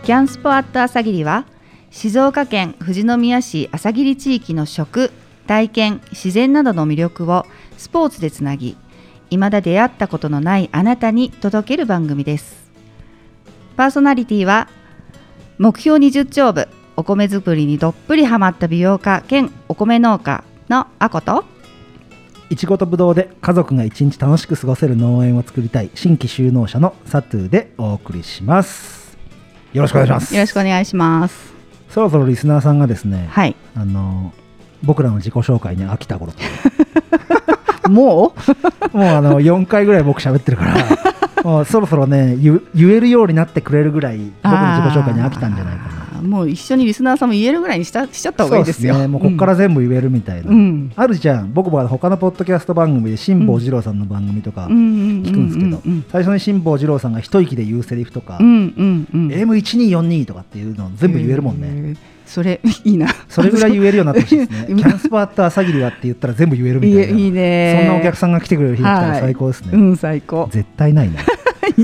キャンスポアット朝霧は静岡県富士宮市朝霧地域の食、体験、自然などの魅力をスポーツでつなぎ、未だ出会ったことのないあなたに届ける番組です。パーソナリティは目標20丁部、お米作りにどっぷりハマった美容家兼お米農家のあこといちごとぶどうで家族が一日楽しく過ごせる農園を作りたい新規就農者のサトゥーでお送りします。よろしくお願いします。 よろしくお願いします。 そろそろリスナーさんがですね、 はい、 僕らの自己紹介に飽きた頃もう 4回ぐらい僕喋ってるからもうそろそろね言えるようになってくれるぐらい僕の自己紹介に飽きたんじゃないかな。 もう一緒にリスナーさんも言えるぐらいにしちゃった方がいいですよ。 そうですね、もうここから全部言えるみたいな、あるじゃん。僕は他のポッドキャスト番組で辛坊治郎さんの番組とか聞くんですけど、最初に辛坊治郎さんが一息で言うセリフとか、AM1242 とかっていうのを全部言えるもんね。 それいいな。 それぐらい言えるようになってほしいですねキャンスポアット朝霧はって言ったら全部言えるみたいな。いいね。そんなお客さんが来てくれる日が来たら最高ですね。 最高。 絶対ないな。 い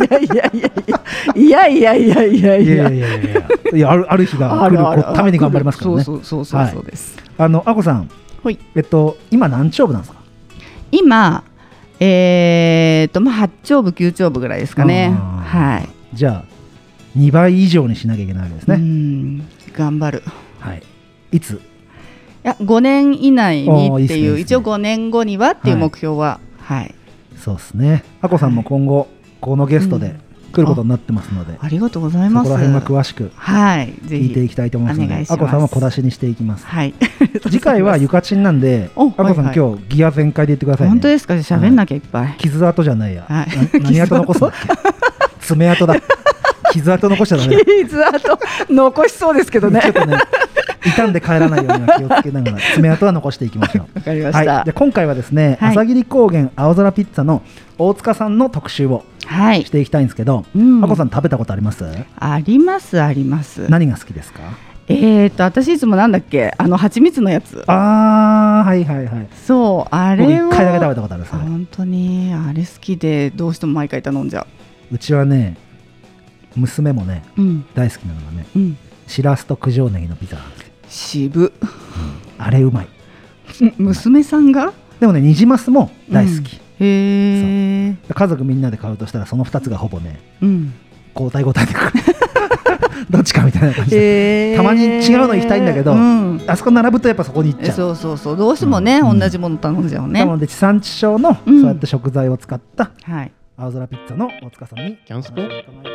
やある日が来るために頑張りますからね。 そうです。 あこさん、今何丁部なんですか？ 今8丁部9丁部ぐらいですかね。はい。 じゃあ2倍以上にしなきゃいけないわけですね。 頑張る。 はい。いつ？ いや5年以内にっていう、一応5年後にはっていう目標は、はい。 そうですね。あこさんも今後このゲストで来ることになってますので、 ありがとうございます。 そこら辺は詳しく聞いていきたいと思いますので、あこさんは小出しにしていきます。 はい。 次回はゆかちんなんで、あこさん今日ギア全開で言ってくださいね。 本当ですか？喋んなきゃいっぱい。 傷跡じゃないや。何跡残すんだっけ？爪跡だ。傷跡残しちゃダメだ。 傷跡残しそうですけどね。 ちょっとね、傷んで帰らないようには気をつけながら爪痕は残していきましょう。 わかりました。 で今回はですね、朝霧高原青空ピッツァの大塚さんの特集をしていきたいんですけど、あこさん食べたことあります？ あります。何が好きですか？ 私いつもなんだっけ、蜂蜜のやつ。 はい。 そう、あれを僕1回だけ食べたことある。 本当にあれ好きでどうしても毎回頼んじゃう。 うちはね、娘もね、大好きなのがね、しらすと九条ネギのピザなんですよ。 渋、 あれうまい。 娘さんがでもね、ニジマスも大好き。 へえ。 家族みんなで買うとしたらその2つがほぼね、交代でくるどっちかみたいな感じで、たまに違うの行きたいんだけど、あそこ並ぶとやっぱそこに行っちゃう。 そうどうしてもね、同じもの頼んじゃうね。 なので地産地消のそうやって食材を使った青空ピッツァの大塚さんにキャンスポ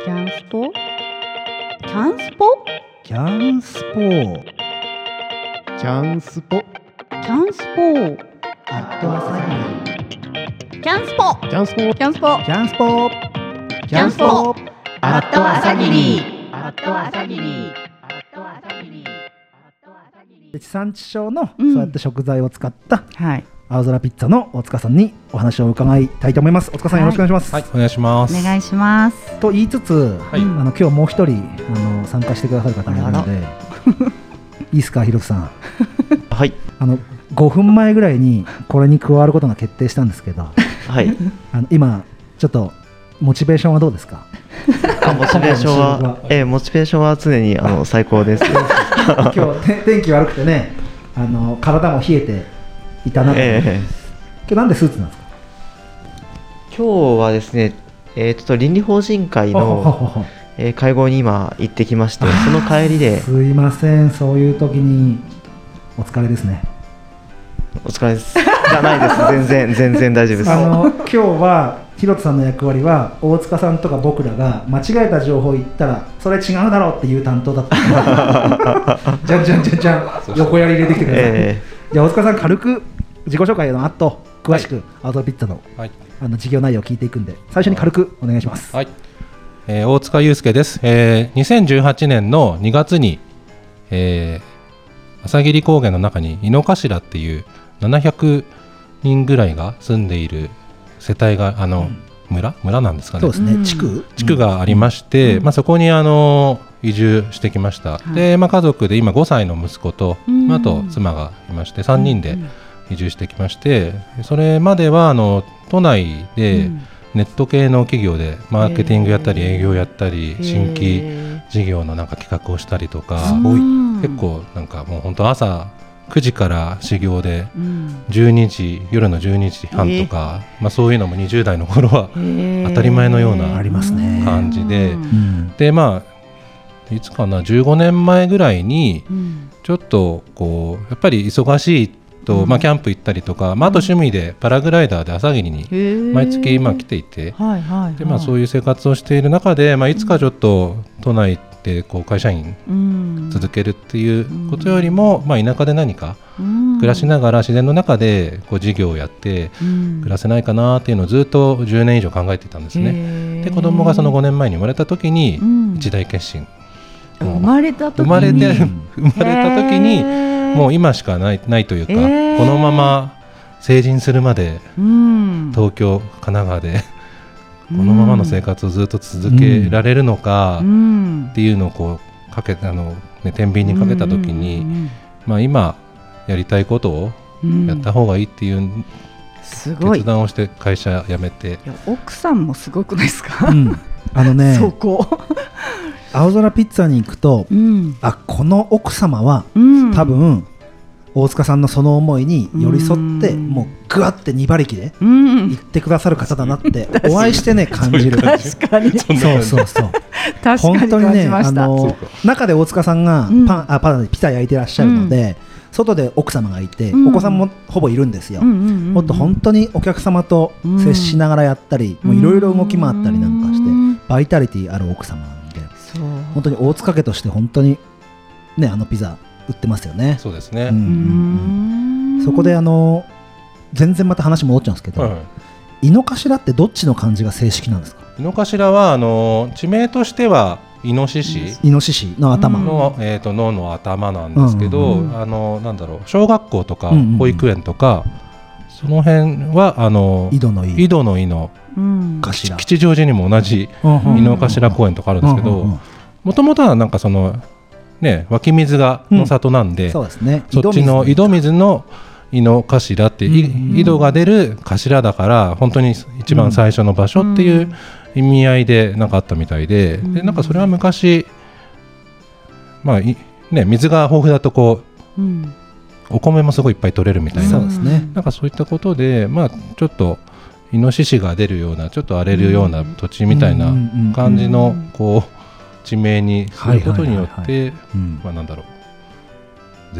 アット朝霧キャンスポアット朝霧地産地消のそうやって食材を使った青空ピッツァの大塚さんにお話を伺いたいと思います。大塚さん、よろしくお願いします。 はい、お願いします。 お願いします。 と言いつつ、今日もう一人参加してくださる方がいるのでいいですか、ひろとさん。 はい。 5分前ぐらいにこれに加わることが決定したんですけど、 はい。 今ちょっとモチベーションはどうですか？ モチベーションは常に最高です。 今日天気悪くてね、体も冷えていたなと。今日なんでスーツなんですか？ 今日はですね、倫理法人会の会合に今行ってきまして、その帰りで。 すいません、そういう時にお疲れですね。 お疲れです。じゃないです。全然大丈夫です。 今日はひろとさんの役割は大塚さんとか僕らが間違えた情報を言ったらそれ違うだろうっていう担当だったじゃん横やり入れてきてください。じゃあ大塚さん、軽く自己紹介の後詳しく青空ピッツァの事業内容を聞いていくんで、最初に軽くお願いします。 はい。大塚祐介です。2018年の2月に、朝霧高原の中に井の頭っていう700人ぐらいが住んでいる世帯が村なんですかね。 そうですね、地区がありまして、そこに移住してきました。で、家族で今5歳の息子と、あと妻がいまして3人で移住してきまして、それまでは都内でネット系の企業でマーケティングやったり営業やったり新規事業のなんか企画をしたりとか、結構なんかもう本当朝9時から始業で12時、夜の12時半とか、そういうのも20代の頃は当たり前のような感じで、でいつかな、15年前ぐらいにちょっとこうやっぱり忙しいと、キャンプ行ったりとか、あと趣味でパラグライダーで朝霧に毎月来ていて、でそういう生活をしている中で、いつかちょっと都内でこう会社員続けるっていうことよりも、田舎で何か暮らしながら自然の中でこう事業をやって暮らせないかなっていうのをずっと10年以上考えていたんですね。で子供がその5年前に生まれた時に一大決心、 生まれた時にもう今しかないというか、このまま成人するまで東京神奈川でこのままの生活をずっと続けられるのかっていうのをこうかけ天秤にかけた時に、今やりたいことをやった方がいいっていう決断をして会社辞めて。 奥さんもすごくないですか？そこ青空ピッツァに行くと、この奥様は、多分大塚さんのその思いに寄り添って、もうグワって2馬力で言ってくださる方だなってお会いしてね感じる。 確かにそう本当にね、中で大塚さんがピザ焼いてらっしゃるので、外で奥様がいて、お子さんもほぼいるんですよ。もっと本当にお客様と接しながらやったり、いろいろ動き回ったりなんかしてバイタリティある奥様なんで、本当に大塚家として本当にね、ピザ売ってますよね。 そうですね。 そこで全然また話戻っちゃうんですけど、井の頭ってどっちの漢字が正式なんですか？ 井の頭は地名としてはイノシシの頭の、脳の頭なんですけど、なんだろう、小学校とか保育園とか、その辺は井戸の井の吉祥寺にも同じ井の頭公園とかあるんですけど、もともとはなんかそのね、湧き水がの里なんで、そっちの井戸水の井の頭って、井戸が出る頭だから、本当に一番最初の場所っていう意味合いでなんかあったみたいで、なんかそれは昔、水が豊富だとこう、お米もすごいいっぱい取れるみたいな、なんかそういったことで、ちょっとイノシシが出るような、ちょっと荒れるような土地みたいな感じのこう地名にすることによって、なんだろう、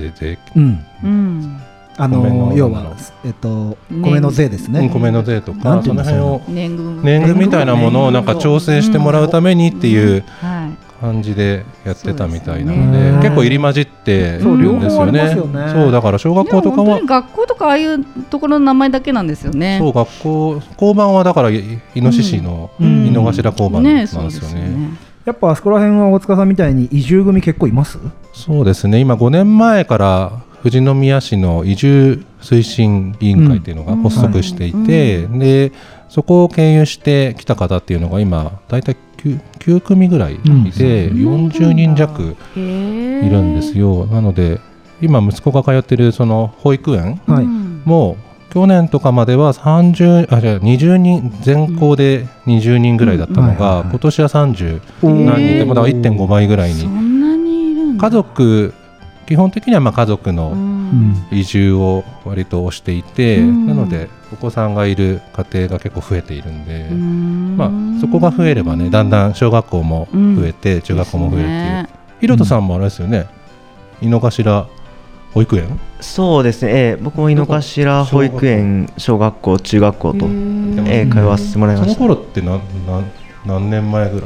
要は米の税ですね。 米の税とか、その辺を年貢みたいなものをなんか調整してもらうためにっていう感じでやってたみたいなので、結構入り混じってるんですよね。そうだから小学校とかは学校とかああいうところの名前だけなんですよね。 そう、学校交番はだからイノシシの井の頭交番なんですよね。 やっぱあそこら辺は大塚さんみたいに移住組結構います？ そうですね、今5年前から富士宮市の移住推進委員会っていうのが発足していて、でそこを経由してきた方っていうのが今だいたい 9組ぐらいいて、40人弱いるんですよ。なので今息子が通ってるその保育園も、去年とかまでは20人、全校で20人ぐらいだったのが、今年は30何人で、まだ 1.5 倍ぐらいに。家族、基本的には家族の移住を割と推していて、なのでお子さんがいる家庭が結構増えているんで、そこが増えればね、だんだん小学校も増えて、中学校も増えるっていう。ひろとさんもあれですよね、井の頭保育園？ そうですね、僕も井の頭保育園、小学校、中学校と、通わせてもらいました。 その頃って何年前ぐら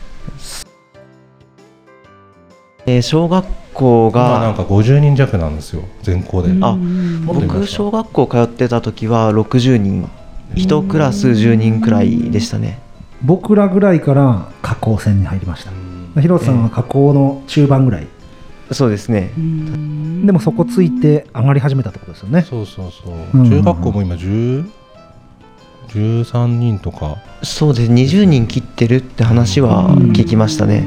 い？ 小学校がなんか50人弱なんですよ、全校で。 僕小学校通ってた時は60人、1クラス10人くらいでしたね。 僕らぐらいから下校線に入りました。ひろとさんは下校の中盤ぐらい。 そうですね。 でもそこついて上がり始めたってことですよね。 そう、中学校も今13人とか。 そうです、20人切ってるって話は聞きましたね。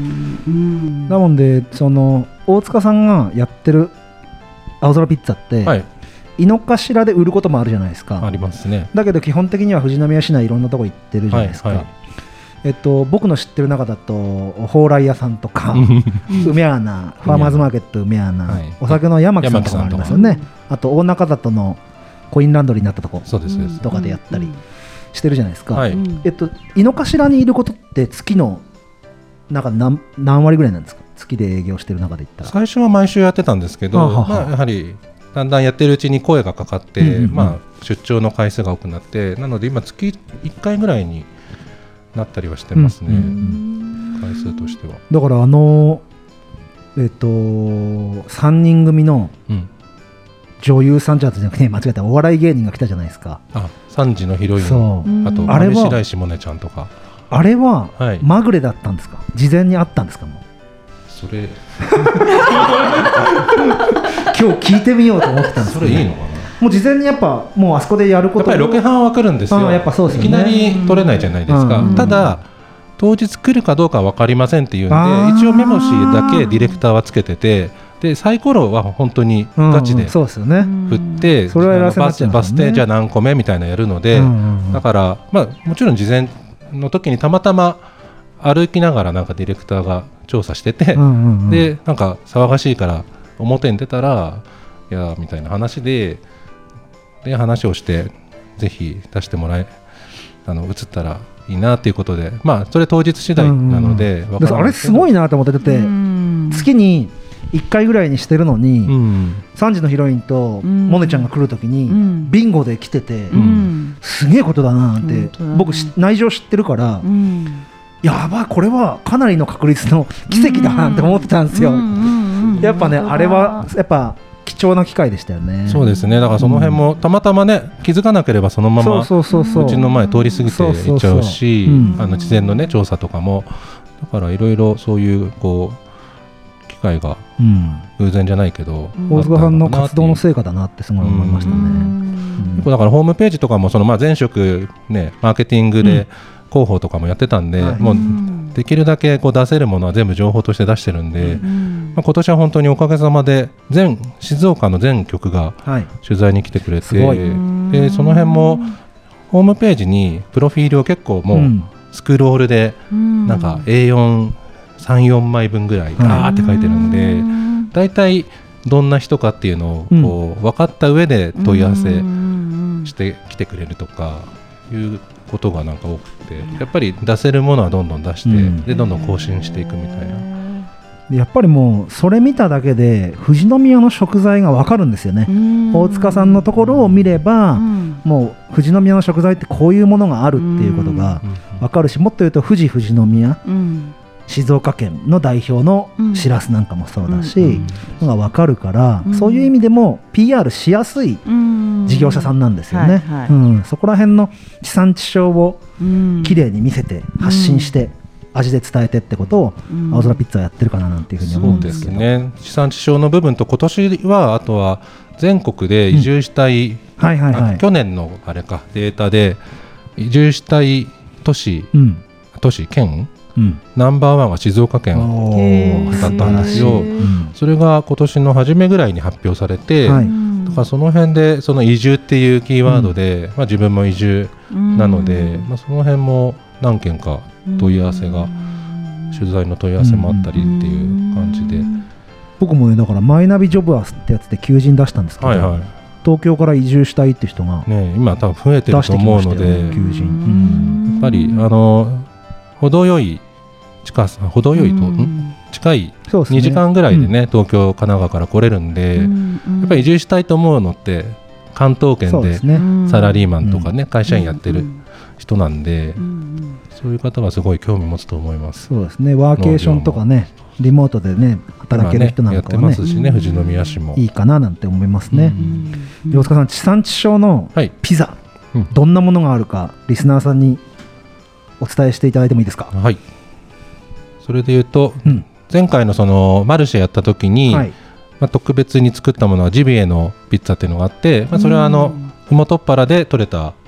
なのでその大塚さんがやってる青空ピッツァって、 井の頭で売ることもあるじゃないですか。 ありますね。 だけど基本的には富士宮市内いろんなとこ行ってるじゃないですか、僕の知ってる中だと蓬莱屋さんとか梅穴ファーマーズマーケット梅穴、お酒の山木さんとかもありますよね。あと大中里のコインランドリーになったとことかでやったりしてるじゃないですか。井の頭にいることって月のなんか 何割ぐらいなんですか？月で営業してる中で言ったら。 最初は毎週やってたんですけど、やはりだんだんやってるうちに声がかかって、出張の回数が多くなって、なので今月1回ぐらいになったりはしてますね、回数としては。 だから3人組の女優さんじゃなくて、間違えた、お笑い芸人が来たじゃないですか。 3時のヒロイン、あと上白石萌音ちゃんとか。 あれはまぐれだったんですか？事前にあったんですか？もうそれ今日聞いてみようと思ってたんですけど、 それいいのかな。 もう事前にやっぱもうあそこでやること、 やっぱりロケハンは来るんですよ。 やっぱそうですよね。 いきなり取れないじゃないですか。ただ当日来るかどうかは分かりませんっていうんで、一応目星だけディレクターはつけてて、でサイコロは本当にガチで振って、バス停じゃ何個目みたいなやるので、だからもちろん事前の時にたまたま歩きながらなんかディレクターが調査してて、でなんか騒がしいから表に出たらいやみたいな話で話をして、ぜひ出してもらえ映ったらいいなということで、それ当日次第なので、 あれすごいなと思ってて、月に1回ぐらいにしてるのに、3時のヒロインとモネちゃんが来るときにビンゴで来てて、すげえことだなって、僕内情知ってるから、やばい、これはかなりの確率の奇跡だなって思ってたんですよ。やっぱね、あれはやっぱ貴重な機会でしたよね。 そうですね。だからその辺もたまたまね、気づかなければそのままうちの前通り過ぎていっちゃうし、事前のね調査とかも、だからいろいろそういう機会が偶然じゃないけど、 大塚さんの活動の成果だなってすごい思いましたね。 だからホームページとかも前職ねマーケティングで広報とかもやってたんで、もうできるだけ出せるものは全部情報として出してるんで、今年は本当におかげさまで静岡の全局が取材に来てくれて、でその辺もホームページにプロフィールを結構もうスクロールでなんか A4 3,4 枚分ぐらいガーって書いてるんで、だいたいどんな人かっていうのを分かった上で問い合わせしてきてくれるとかいうことがなんか多くて、やっぱり出せるものはどんどん出して、でどんどん更新していくみたいな。 やっぱりもうそれ見ただけで富士宮の食材が分かるんですよね。大塚さんのところを見れば、もう富士宮の食材ってこういうものがあるっていうことが分かるし、もっと言うと富士宮、静岡県の代表のしらすなんかもそうだし、のが分かるから、そういう意味でも PR しやすい事業者さんなんですよね。そこら辺の地産地消をきれいに見せて発信して味で伝えてってことを青空ピッツァやってるかななんていうふうに思うんですけど、 そうですね。地産地消の部分と、今年はあとは全国で移住したい、去年のあれかデータで移住したい都市県ナンバーワンが静岡県だったんですよ。それが今年の初めぐらいに発表されて、だからその辺でその移住っていうキーワードで、自分も移住なので、その辺も何件か問い合わせが、取材の問い合わせもあったりっていう感じで、 僕もね、だからマイナビジョブアスってやつで求人出したんですけど、東京から移住したいって人が今多分増えてると思うので、やっぱり程よい近さ、近い2時間ぐらいでね、東京神奈川から来れるんで、やっぱり移住したいと思うのって関東圏でサラリーマンとかね、会社員やってる人なんで、そういう方はすごい興味持つと思います。 そうですね。ワーケーションとかね、リモートでね働ける人なんかはね、 やってますしね、富士宮市もいいかななんて思いますね。大塚さん、地産地消のピザ、どんなものがあるかリスナーさんにお伝えしていただいてもいいですか？ はい。それでいうと、前回のそのマルシェやった時に、特別に作ったものはジビエのピッツァっていうのがあって、それはふもとっぱらで採れた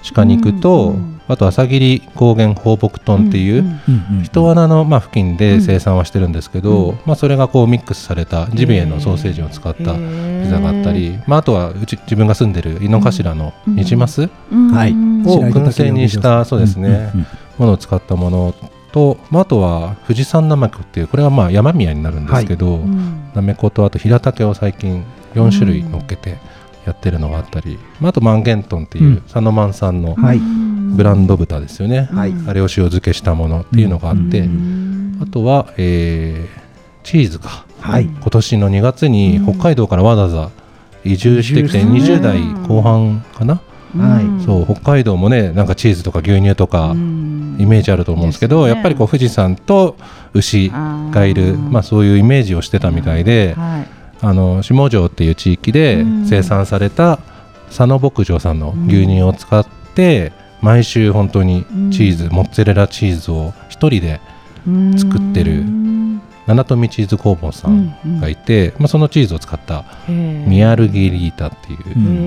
鹿肉と、あと朝霧高原放牧豚っていう人穴の付近で生産はしてるんですけど、それがこうミックスされたジビエのソーセージを使ったピザがあったり、あとは自分が住んでる井の頭のニジマスを燻製にしたそうですねものを使ったものと、あとは富士山なめこっていう、これは山宮になるんですけど、なめことあと平竹を最近4種類乗っけてやってるのがあったり、あと万元豚っていう佐野万さんのブランド豚ですよね、あれを塩漬けしたものっていうのがあって、あとは、チーズか、今年の2月に北海道からわざわざ移住してきて20代後半かな、そう北海道もねなんかチーズとか牛乳とかイメージあると思うんですけど、やっぱりこう富士山と牛がいる、そういうイメージをしてたみたいで、下條っていう地域で生産された佐野牧場さんの牛乳を使って毎週本当にチーズ、モッツァレラチーズを一人で作ってる七富チーズ工房さんがいて、そのチーズを使ったミアルゲリータっていう、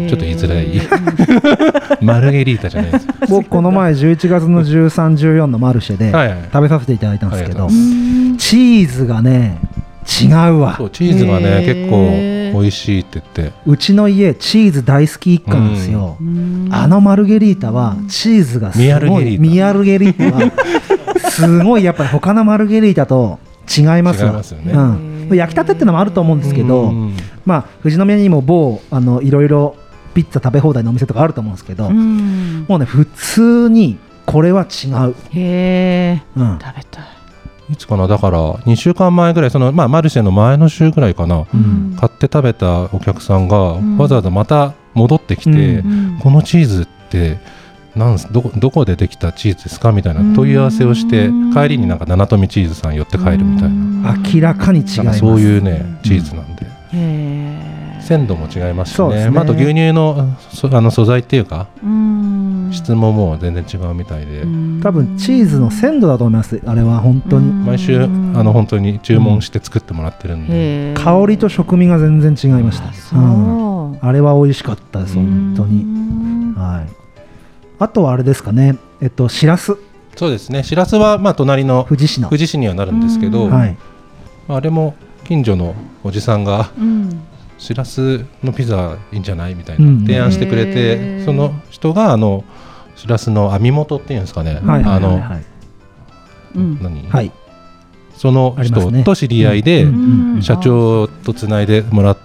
ちょっと言いづらいマルゲリータじゃないです。 僕この前11月の13、14のマルシェで食べさせていただいたんですけど、チーズがね違うわ。 そうチーズがね結構美味しいって言って、 うちの家チーズ大好き一家なんですよ。あのマルゲリータはチーズがすごい、ミアルゲリータはすごいやっぱり他のマルゲリータと違いますわ。焼きたてってのもあると思うんですけど、富士宮にも某いろいろピッツァ食べ放題のお店とかあると思うんですけど、もうね普通にこれは違う。 食べたい。 いつかな、だから2週間前ぐらい、そのマルシェの前の週ぐらいかな、買って食べたお客さんがわざわざまた戻ってきて、このチーズってどこでできたチーズですかみたいな問い合わせをして、帰りになんか七富チーズさん寄って帰るみたいな、 明らかに違います。 そういうねチーズなんで、鮮度も違いますしね。あと牛乳の素材っていうか質ももう全然違うみたいで、 多分チーズの鮮度だと思います。あれは本当に毎週本当に注文して作ってもらってるんで、 香りと食味が全然違いました。あれは美味しかったです本当に。あとはあれですかね、しらす。 そうですね、しらすは隣の富士市にはなるんですけど、あれも近所のおじさんがしらすのピザいいんじゃないみたいな提案してくれて、その人がしらすの網元っていうんですかね、その人と知り合いで社長とつないでもらって、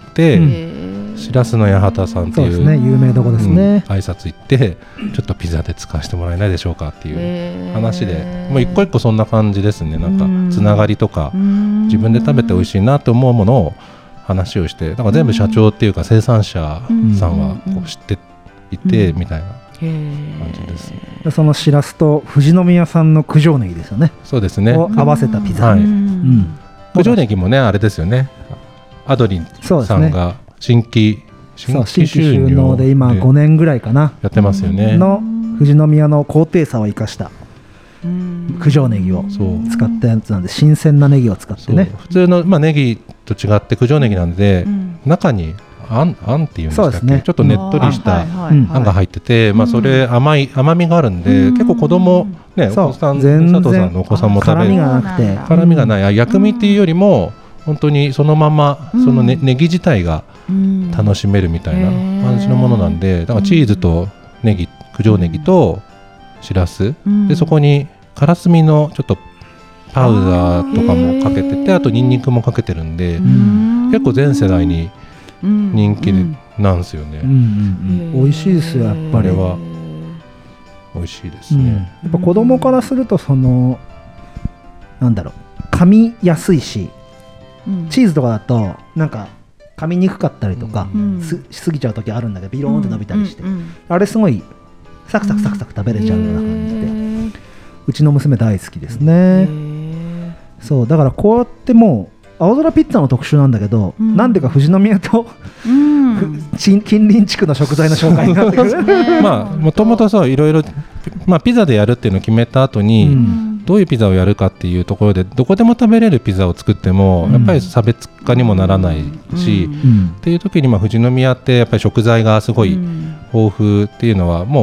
しらすの八幡さんっていう有名どこですね、 挨拶行ってちょっとピザで使わせてもらえないでしょうかっていう話で、もう一個一個そんな感じですね。なんかつながりとか自分で食べて美味しいなと思うものを話をして、だから全部社長っていうか生産者さんはこう知っていてみたいな感じです。 そのしらすと富士宮産の九条ネギですよね。 そうですね。 を合わせたピザ。 九条ネギもねあれですよね。アドリンさんが新規収納で今5年ぐらいかなやってますよね。 の富士宮の高低差を生かした九条ネギを使ったやつなんで、新鮮なネギを使ってね。 普通のネギと違って九条ネギなんで、中にあんっていうんですかっけ、ちょっとねっとりしたあんが入ってて、それ甘みがあるんで、結構子供ね、お子さん、佐藤さんのお子さんも食べる、辛みがない、薬味っていうよりも本当にそのままそのネギ自体が楽しめるみたいな感じのものなんで、だからチーズとネギ、九条ネギとしらすで、そこにからすみのちょっとパウダーとかもかけてて、あとニンニクもかけてるんで、結構全世代に人気なんですよね。 美味しいですよやっぱり。 あれは美味しいですね。 やっぱ子供からするとなんだろう、噛みやすいし、チーズとかだとなんか噛みにくかったりとかしすぎちゃう時あるんだけど、ビローンって伸びたりして、あれすごいサクサクサクサク食べれちゃうような感じで、うちの娘大好きですね。そうだからこうやってもう青空ピッツァの特集なんだけど、なんでか富士宮と近隣地区の食材の紹介になってくる。 もともとそういろいろピザでやるっていうのを決めた後に、どういうピザをやるかっていうところで、どこでも食べれるピザを作ってもやっぱり差別化にもならないし、っていう時に富士宮ってやっぱり食材がすごい豊富っていうのはもう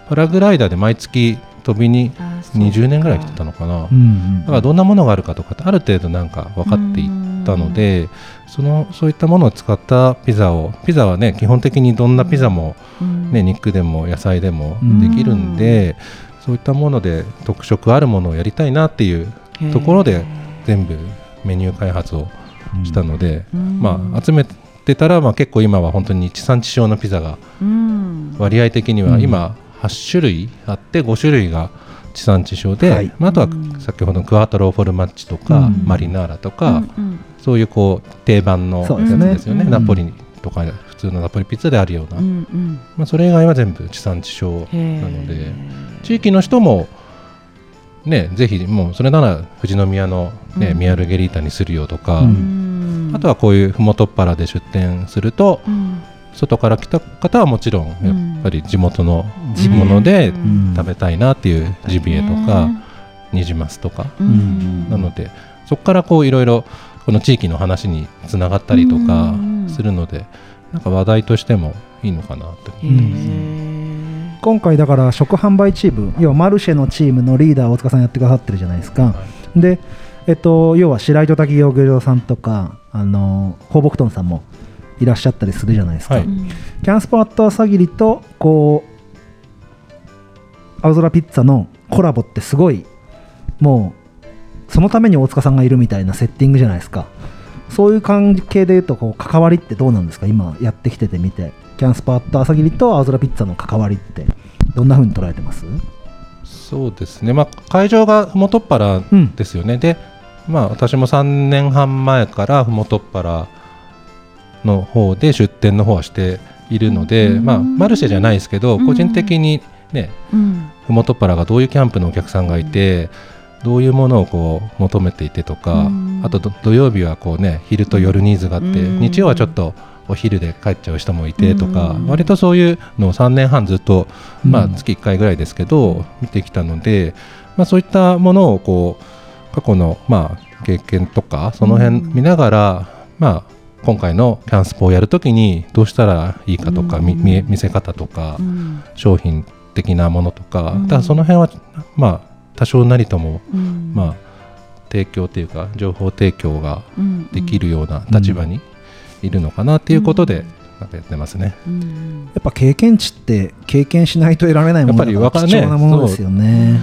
パラグライダーで毎月飛びに20年ぐらい来てたのかな、だからどんなものがあるかとかってある程度なんか分かっていったので、そういったものを使ったピザはね基本的にどんなピザも、ね、肉でも野菜でもできるんで、そういったもので特色あるものをやりたいなっていうところで全部メニュー開発をしたので、集めてたら、結構今は本当に地産地消のピザが割合的には今8種類あって5種類が地産地消で、あとは先ほどのクワトロフォルマッチとか、マリナーラとか、そういう定番のやつですよね、ナポリとか普通のナポリピッツァであるような、それ以外は全部地産地消なので、地域の人もね、ぜひもうそれなら富士宮の、ミアルゲリータにするよとか、あとはこういうふもとっぱらで出店すると、外から来た方はもちろんやっぱり地元のもので食べたいなっていうジビエとかニジマスとか、なのでそこからこういろいろこの地域の話につながったりとかするので、なんか話題としてもいいのかなと思ってます。 今回だから食販売チーム、要はマルシェのチームのリーダー大塚さんやってくださってるじゃないですか、で、要は白糸滝養魚場さんとか放牧豚さんもいらっしゃったりするじゃないですか、キャンスポアット朝霧とこう青空ピッツァのコラボってすごい、もうそのために大塚さんがいるみたいなセッティングじゃないですか。そういう関係でいうとこう関わりってどうなんですか、今やってきててみて。キャンスポアット朝霧と青空ピッツァの関わりってどんな風に捉えてます？ そうですね、会場がふもとっぱらですよね、で、私も3年半前からふもとっぱらの方で出店の方はしているので、マルシェじゃないですけど、個人的にね、ふもとっぱらがどういうキャンプのお客さんがいて、どういうものをこう求めていてとか、あと土曜日はこうね、昼と夜ニーズがあって、日曜はちょっとお昼で帰っちゃう人もいてとか、割とそういうのを3年半ずっと、月1回ぐらいですけど見てきたので、そういったものをこう過去の経験とかその辺見ながら、今回のキャンスポをやるときにどうしたらいいかとか、見せ方とか、商品的なものとか、だからその辺は多少なりとも、提供というか情報提供ができるような立場にいるのかなっていうことでなんかやってますね。 やっぱ経験値って経験しないと得られないものだから貴重なものですよね。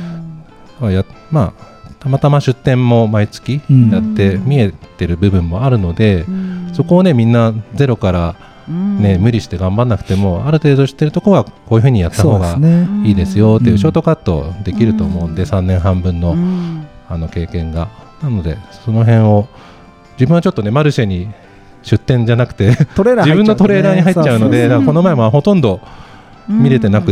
たまたま出店も毎月やって見えてる部分もあるので、そこをねみんなゼロから無理して頑張んなくても、ある程度知ってるところはこういうふうにやった方がいいですよっていうショートカットできると思うんで、3年半分の経験がなので、その辺を自分はちょっとねマルシェに出店じゃなくて自分のトレーラーに入っちゃうので、この前もほとんど見れてなくって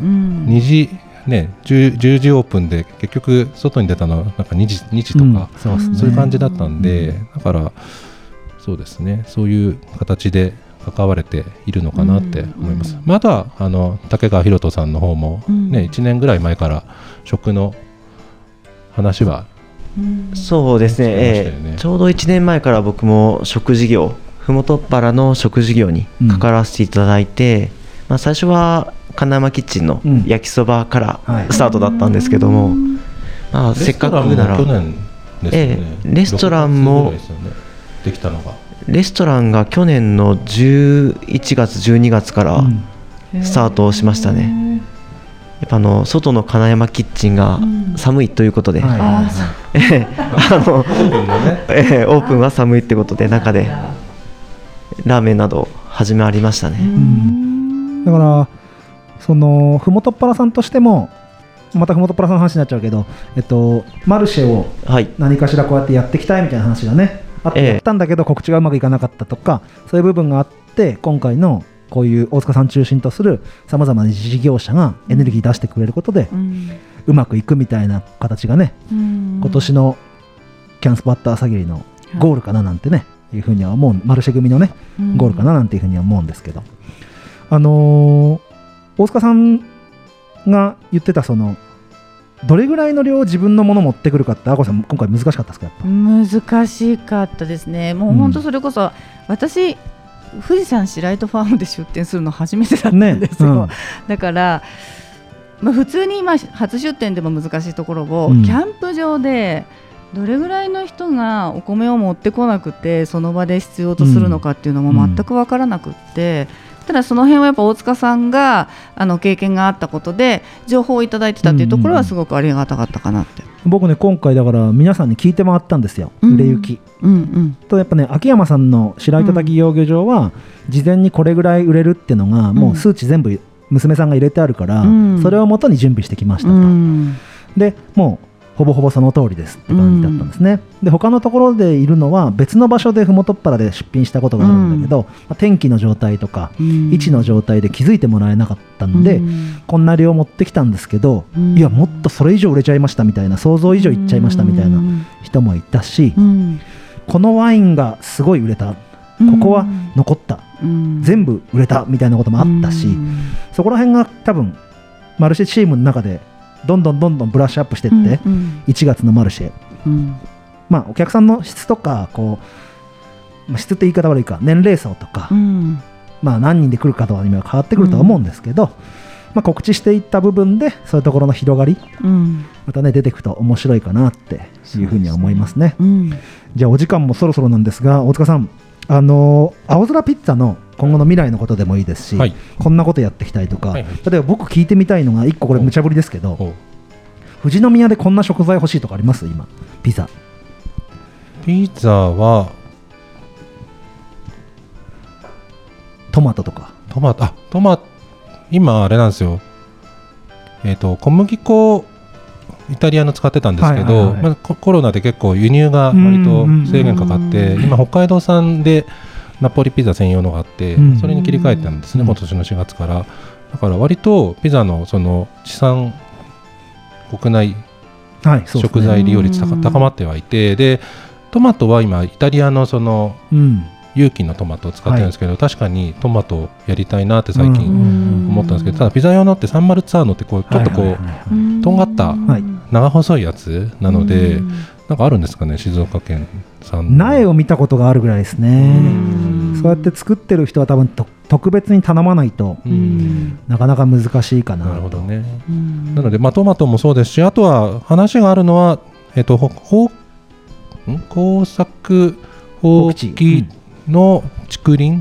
、10時オープンで結局外に出たのはなんか2時とか、そういう感じだったんで、だからそうですね、そういう形で関われているのかなって思います。あとは竹川博人さんの方も、1年ぐらい前から食の話はそうですね、ちょうど1年前から僕も食事業、ふもとっぱらの食事業に関わらせていただいて、最初は金山キッチンの焼きそばからスタートだったんですけども、せっかくならレストランもできたのが、 レストランが去年の11月12月からスタートしましたね。やっぱ外の金山キッチンが寒いということで、オープンは寒いってことで、中でラーメンなど始まりましたね。 だからそのふもとっぱらさんとしても、またふもとっぱらさんの話になっちゃうけど、マルシェを何かしらこうやってやっていきたいみたいな話がね、あってやったんだけど告知がうまくいかなかったとか、そういう部分があって、今回のこういう大塚さん中心とするさまざまな事業者がエネルギー出してくれることで、うまくいくみたいな形がね、今年のキャンスポアット朝霧のゴールかななんてね、いうふうには思う、マルシェ組のねゴールかななんていうふうには思うんですけど、大塚さんが言ってたどれぐらいの量自分のものを持ってくるかって、あこさん今回難しかったですか？やっぱ難しかったですね。もう本当それこそ、私富士山白糸ファームで出店するの初めてだったんですよ、だから普通に今初出店でも難しいところを、キャンプ場でどれぐらいの人がお米を持ってこなくてその場で必要とするのかっていうのも全く分からなくって、ただその辺はやっぱ大塚さんが経験があったことで情報をいただいてたっていうところはすごくありがたかったかなって、 僕ね今回だから皆さんに聞いて回ったんですよ、売れ行き、とやっぱね秋山さんの白糸滝養魚場は事前にこれぐらい売れるっていうのがもう数値全部娘さんが入れてあるから、それを元に準備してきましたと、でもうほぼほぼその通りですって感じだったんですね。で他のところでいるのは別の場所でふもとっぱらで出品したことがあるんだけど、天気の状態とか位置の状態で気づいてもらえなかったんで、こんな量持ってきたんですけど、いやもっとそれ以上売れちゃいましたみたいな、想像以上いっちゃいましたみたいな人もいたし、このワインがすごい売れた、ここは残った、全部売れたみたいなこともあったし、そこら辺が多分マルシェチームの中でどんどんブラッシュアップしていって、1月のマルシェ、お客さんの質とかこう、質って言い方悪いか、年齢層とか、何人で来るかとかには変わってくるとは思うんですけど、告知していった部分でそういうところの広がり、またね出てくと面白いかなっていうふうには思いますね。じゃあお時間もそろそろなんですが、大塚さん、青空ピッツァの今後の未来のことでもいいですし、こんなことやっていきたいとか、例えば僕聞いてみたいのが1個、これ無茶ぶりですけど、富士宮でこんな食材欲しいとかあります？今ピザはトマトとか、 今あれなんですよ、小麦粉イタリアの使ってたんですけど、コロナで結構輸入が割と制限かかって、今北海道産でナポリピザ専用のがあって、それに切り替えたんですね、今年の4月から。だから割とピザのその地産国内食材利用率高まってはいて、でトマトは今イタリアのその有機のトマトを使ってるんですけど、確かにトマトやりたいなって最近思ったんですけど、ただピザ用のってサンマルツァーノってこうちょっとこうとんがった長細いやつなので、なんかあるんですかね、静岡県産苗を見たことがあるぐらいですね。そうやって作ってる人は多分特別に頼まないとなかなか難しいかな。 なるほどね。なのでトマトもそうですし、あとは話があるのは耕作放棄の竹林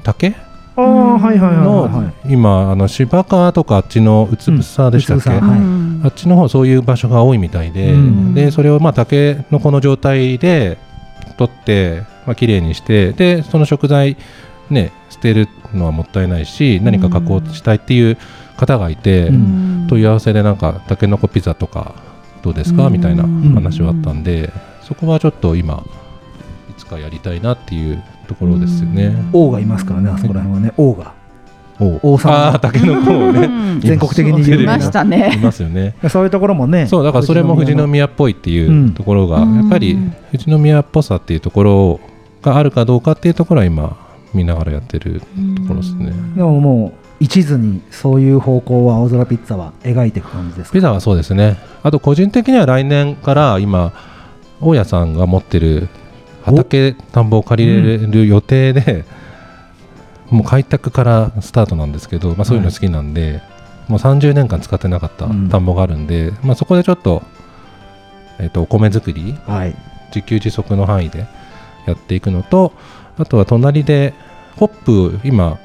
の今芝川とかあっちのうつぶさでしたっけ、あっちの方そういう場所が多いみたいで、でそれを竹のこの状態で取ってきれいにして、でその食材ね捨てるのはもったいないし、何か加工したいっていう方がいて、問い合わせでなんかたけのこピザとかどうですかみたいな話はあったんで、そこはちょっと今いつかやりたいなっていうところですよね。 王がいますからね、あそこら辺はね、王さん、 たけのこをね全国的に有名な、 いますよね。 そういうところもね、 そうだからそれも富士宮っぽいっていうところが、やっぱり富士宮っぽさっていうところがあるかどうかっていうところは今見ながらやってるところですね。 でももう一途にそういう方向は青空ピッツァは描いていく感じですか？ ピザはそうですね。あと個人的には来年から今大家さんが持ってる畑田んぼを借りれる予定で、もう開拓からスタートなんですけど、そういうの好きなんで、もう30年間使ってなかった田んぼがあるんで、そこでちょっと、お米作り、自給自足の範囲でやっていくのと、あとは隣でホップ今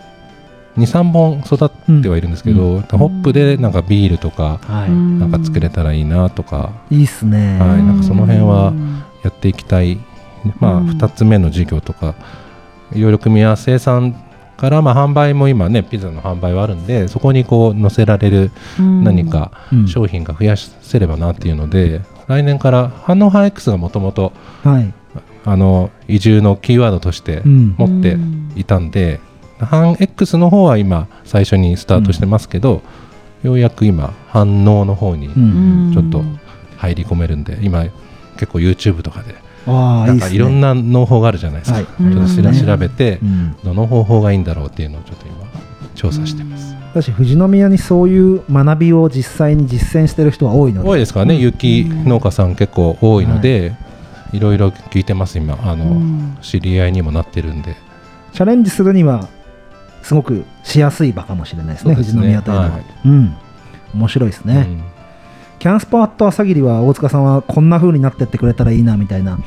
2,3 本育ってはいるんですけど、ホップでなんかビールとかなんか作れたらいいなとか、 いいっすね。 なんかその辺はやっていきたい。2つ目の事業とかいろいろ組み合わせ、生産から販売も今ねピザの販売はあるんで、そこにこう載せられる何か商品が増やせればなっていうので、来年から反応派 X がもともと移住のキーワードとして持っていたんで、反 X の方は今最初にスタートしてますけど、ようやく今反応の方にちょっと入り込めるんで、今結構 YouTube とかでなんかいろんな農法があるじゃないですか。ちょっと調べて、どの方法がいいんだろうっていうのをちょっと今調査してます。 私富士宮にそういう学びを実際に実践してる人は多いので、 多いですからね。有機農家さん結構多いので、いろいろ聞いてます今。知り合いにもなってるんで、 チャレンジするにはすごくしやすい場かもしれないですね、富士宮というのは。 面白いですね、キャンスポアット朝霧は大塚さんはこんな風になってってくれたらいいなみたいな、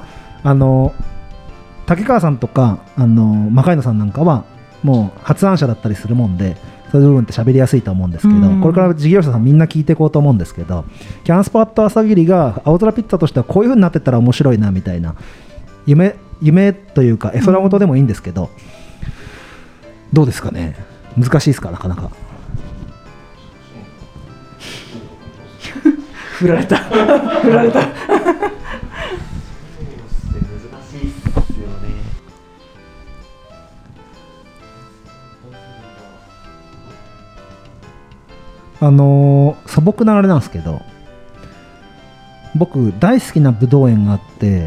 竹川さんとか魔界野さんなんかはもう発案者だったりするもんで、そういう部分って喋りやすいと思うんですけど、これから事業者さんみんな聞いていこうと思うんですけど、キャンスポアット朝霧が青空ピッツァとしてはこういう風になってったら面白いなみたいな夢というか絵空事でもいいんですけど、どうですかね。難しいですか、なかなか。振られた振られた難しいっすよね。素朴なあれなんですけど、僕大好きなぶどう園があって、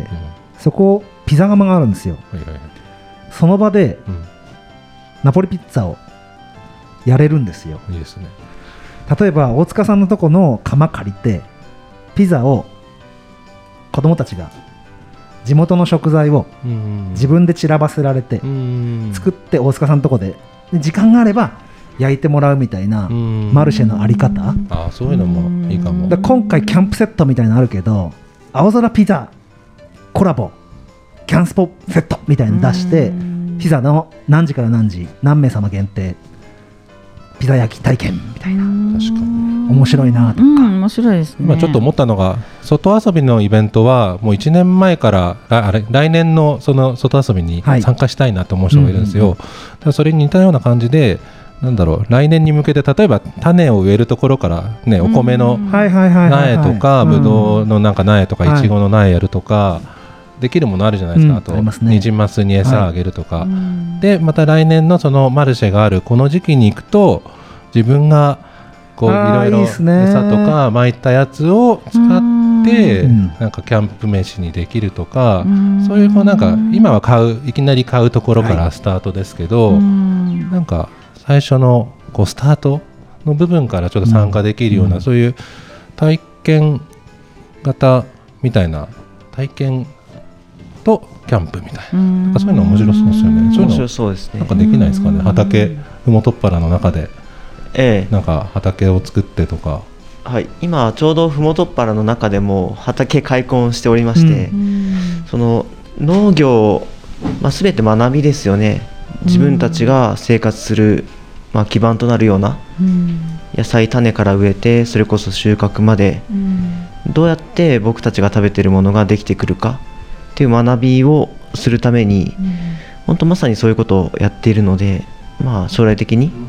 そこピザ窯があるんですよ、その場で、ナポリピッツァをやれるんですよ。いいですね。例えば大塚さんのとこの窯借りてピザを子供たちが地元の食材を自分で散らばせられて作って大塚さんのとこで時間があれば焼いてもらうみたいなマルシェのあり方。 そういうのもいいかも。 今回キャンプセットみたいなのあるけど、青空ピザコラボキャンスポセットみたいなの出して、ピザの何時から何時何名様限定ピザ焼き体験みたいな。確かに面白いなとか、 面白いですね。 今ちょっと思ったのが、外遊びのイベントはもう1年前から来年のその外遊びに参加したいなと思う人がいるんですよ。だからそれに似たような感じで、来年に向けて例えば種を植えるところからね、お苗の苗とかぶどうのなんか苗とかいちごの苗やるとかできるものあるじゃないですか。あとニジマスに餌あげるとか、でまた来年のそのマルシェがあるこの時期に行くと、自分がこういろいろ餌とか巻いたやつを使ってなんかキャンプ飯にできるとか、そういうこうなんか今はいきなり買うところからスタートですけど、なんか最初のこうスタートの部分からちょっと参加できるような、そういう体験型みたいな、体験とキャンプみたいな、そういうの面白そうですよね。 面白そうですね。 なんかできないですかね。畑ふもとっぱらの中でなんか畑を作ってとか。 はい、今ちょうどふもとっぱらの中でも畑開墾しておりまして、その農業、全て学びですよね。自分たちが生活する、基盤となるような野菜種から植えて、それこそ収穫までどうやって僕たちが食べているものができてくるかっていう学びをするために、本当まさにそういうことをやっているので、将来的に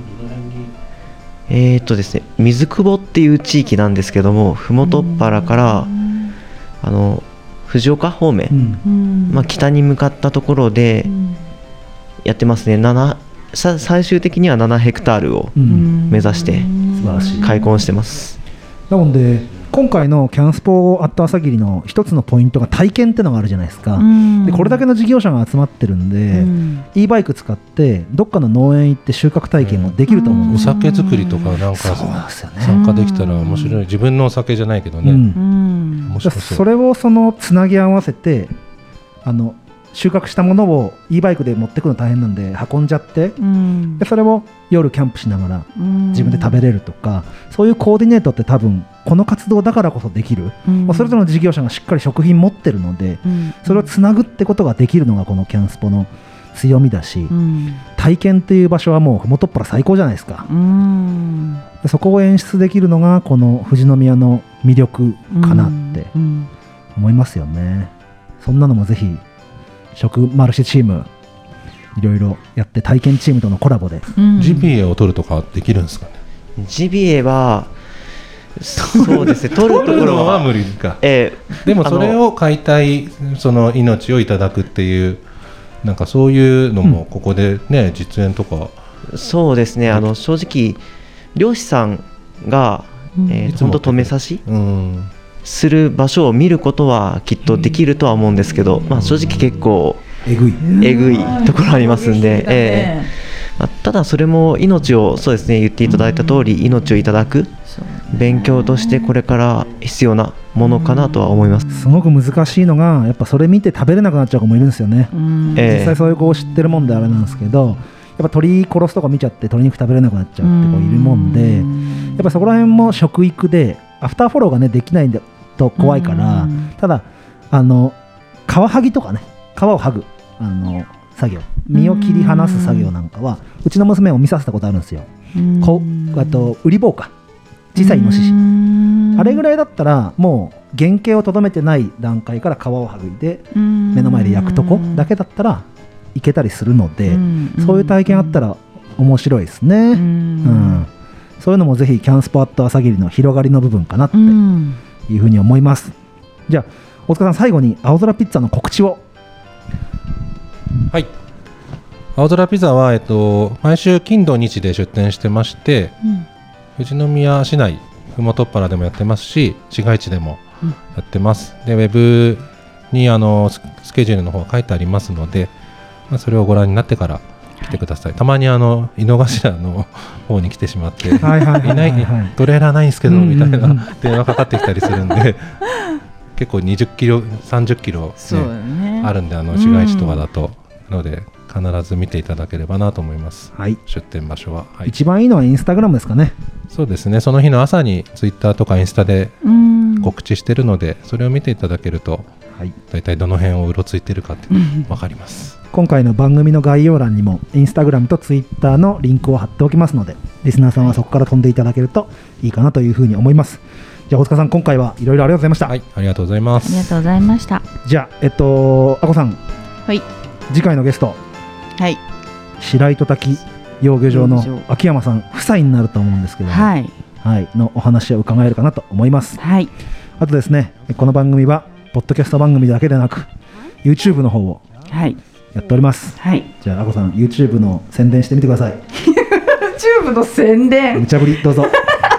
ですね、水久保っていう地域なんですけども、ふもとっぱらから藤岡方面、北に向かったところでやってますね。最終的には7ヘクタールを目指して開墾してます。 なので今回のキャンスポアット朝霧の一つのポイントが体験ってのがあるじゃないですか。でこれだけの事業者が集まってるんで、e バイク使ってどっかの農園行って収穫体験もできると思うんですよ。 お酒作りとかなんか参加できたら面白い。自分のお酒じゃないけどね、面白そう。 それをつなぎ合わせて収穫したものを e バイクで持ってくの大変なんで運んじゃって、でそれを夜キャンプしながら自分で食べれるとか、そういうコーディネートって多分この活動だからこそできる、それぞれの事業者がしっかり食品持ってるので、それをつなぐってことができるのがこのキャンスポの強みだし、体験っていう場所はもうふもとっぱら最高じゃないですか。でそこを演出できるのがこの富士宮の魅力かなって思いますよね。そんなのもぜひ食マルシェチームいろいろやって、体験チームとのコラボで、 ジビエを取るとかできるんですかね。 ジビエはそうですね、取るところは無理か。でもそれを解体、その命をいただくっていう、なんかそういうのもここでね、実演とか。 そうですね、正直漁師さんが本当止め刺しする場所を見ることはきっとできるとは思うんですけど、正直結構えぐいところありますんで、ただそれも命を、そうですね、言っていただいた通り命をいただく勉強としてこれから必要なものかなとは思います。 すごく難しいのがやっぱそれ見て食べれなくなっちゃう子もいるんですよね。実際そういう子を知ってるもんであれなんですけど、やっぱ鳥殺すとか見ちゃって鶏肉食べれなくなっちゃうって子いるもんで、やっぱそこら辺も食育でアフターフォローがねできないんだと怖いから、ただ皮剥ぎとかね、皮を剥ぐ作業、身を切り離す作業なんかはうちの娘も見させたことあるんですよ。あとウリ棒か、小さいイノシシ、あれぐらいだったらもう原型をとどめてない段階から皮を剥いで目の前で焼くとこだけだったらいけたりするので、そういう体験あったら面白いですね。そういうのもぜひキャンスポアット朝霧の広がりの部分かなっていうふうに思います。じゃあ大塚さん、最後に青空ピッツァの告知を。 はい、青空ピザは、毎週金土日で出店してまして、富士宮市内ふもとっぱらでもやってますし、市街地でもやってます。でウェブにスケジュールの方書いてありますので、それをご覧になってから来てください。たまに井の頭の方に来てしまっていないトレーラーないんですけどみたいな電話かかってきたりするんで結構20キロ30キロ、ね、あるんで市街地とかだと、なので必ず見ていただければなと思います、はい、出店場所は、はい、 一番いいのはインスタグラムですかね。 そうですね、その日の朝にツイッターとかインスタで告知してるので、それを見ていただけると、はい、だいたいどの辺をうろついてるかって分かります。 今回の番組の概要欄にもインスタグラムとツイッターのリンクを貼っておきますので、リスナーさんはそこから飛んでいただけるといいかなというふうに思います。じゃあ大塚さん、今回はいろいろありがとうございました。 はい、ありがとうございます。 ありがとうございました。 じゃああこさん、 はい、 次回のゲスト、はい、白糸滝養魚場の秋山さん夫妻になると思うんですけども、はいはい、のお話を伺えるかなと思います。はい、あとですね、この番組はポッドキャスト番組だけでなく YouTube の方をやっております。はい、じゃああこさん YouTube の宣伝してみてください。 YouTube の宣伝、 無茶ぶりどうぞ。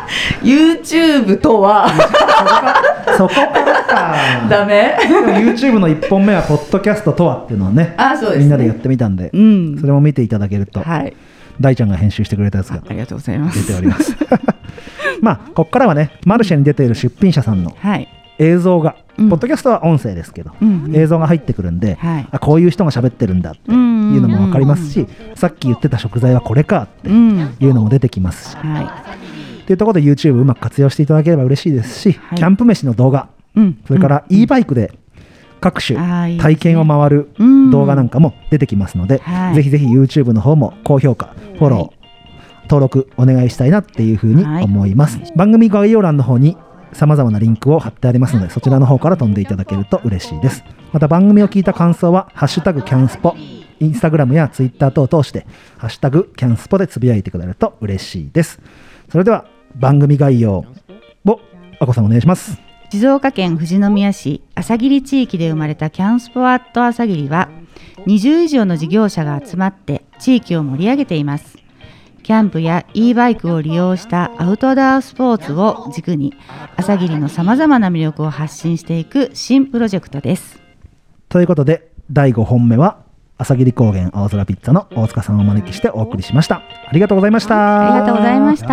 YouTube とはそこからかダメ。 YouTube の1本目はポッドキャストとはっていうのをね、そうですね、みんなでやってみたんで、それも見ていただけると、はい、大ちゃんが編集してくれたやつがありがとうございます出ております。まあここからはね、マルシェに出ている出品者さんの映像が、ポッドキャストは音声ですけど、映像が入ってくるんで、こういう人が喋ってるんだっていうのも分かりますし、さっき言ってた食材はこれかっていうのも出てきますし、っていうところで YouTube うまく活用していただければ嬉しいですし、キャンプ飯の動画、それから e バイクで各種体験を回る動画なんかも出てきますので、ぜひぜひ YouTube の方も高評価、フォロー、登録お願いしたいなっていうふうに思います。番組概要欄の方に様々なリンクを貼ってありますので、そちらの方から飛んでいただけると嬉しいです。また番組を聞いた感想はハッシュタグキャンスポ、インスタグラムやツイッター等を通してハッシュタグキャンスポでつぶやいてくれると嬉しいです。それでは番組概要をあこさんお願いします。 静岡県富士宮市朝霧地域で生まれたキャンスポアット朝霧は20以上の事業者が集まって地域を盛り上げています。キャンプや e バイクを利用したアウトドアスポーツを軸に朝霧のさまざまな魅力を発信していく新プロジェクトです。 ということで第5本目は朝霧高原青空ピッツァの大塚さんをお招きしてお送りしました。ありがとうございました。 ありがとうございました。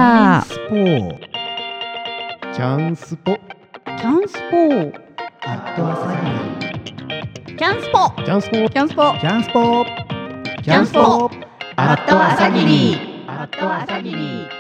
キャンスポキャンスポアット朝霧、キャンスポキャンスポキャンスポキャンスポキャンスポアット朝霧、アット朝霧。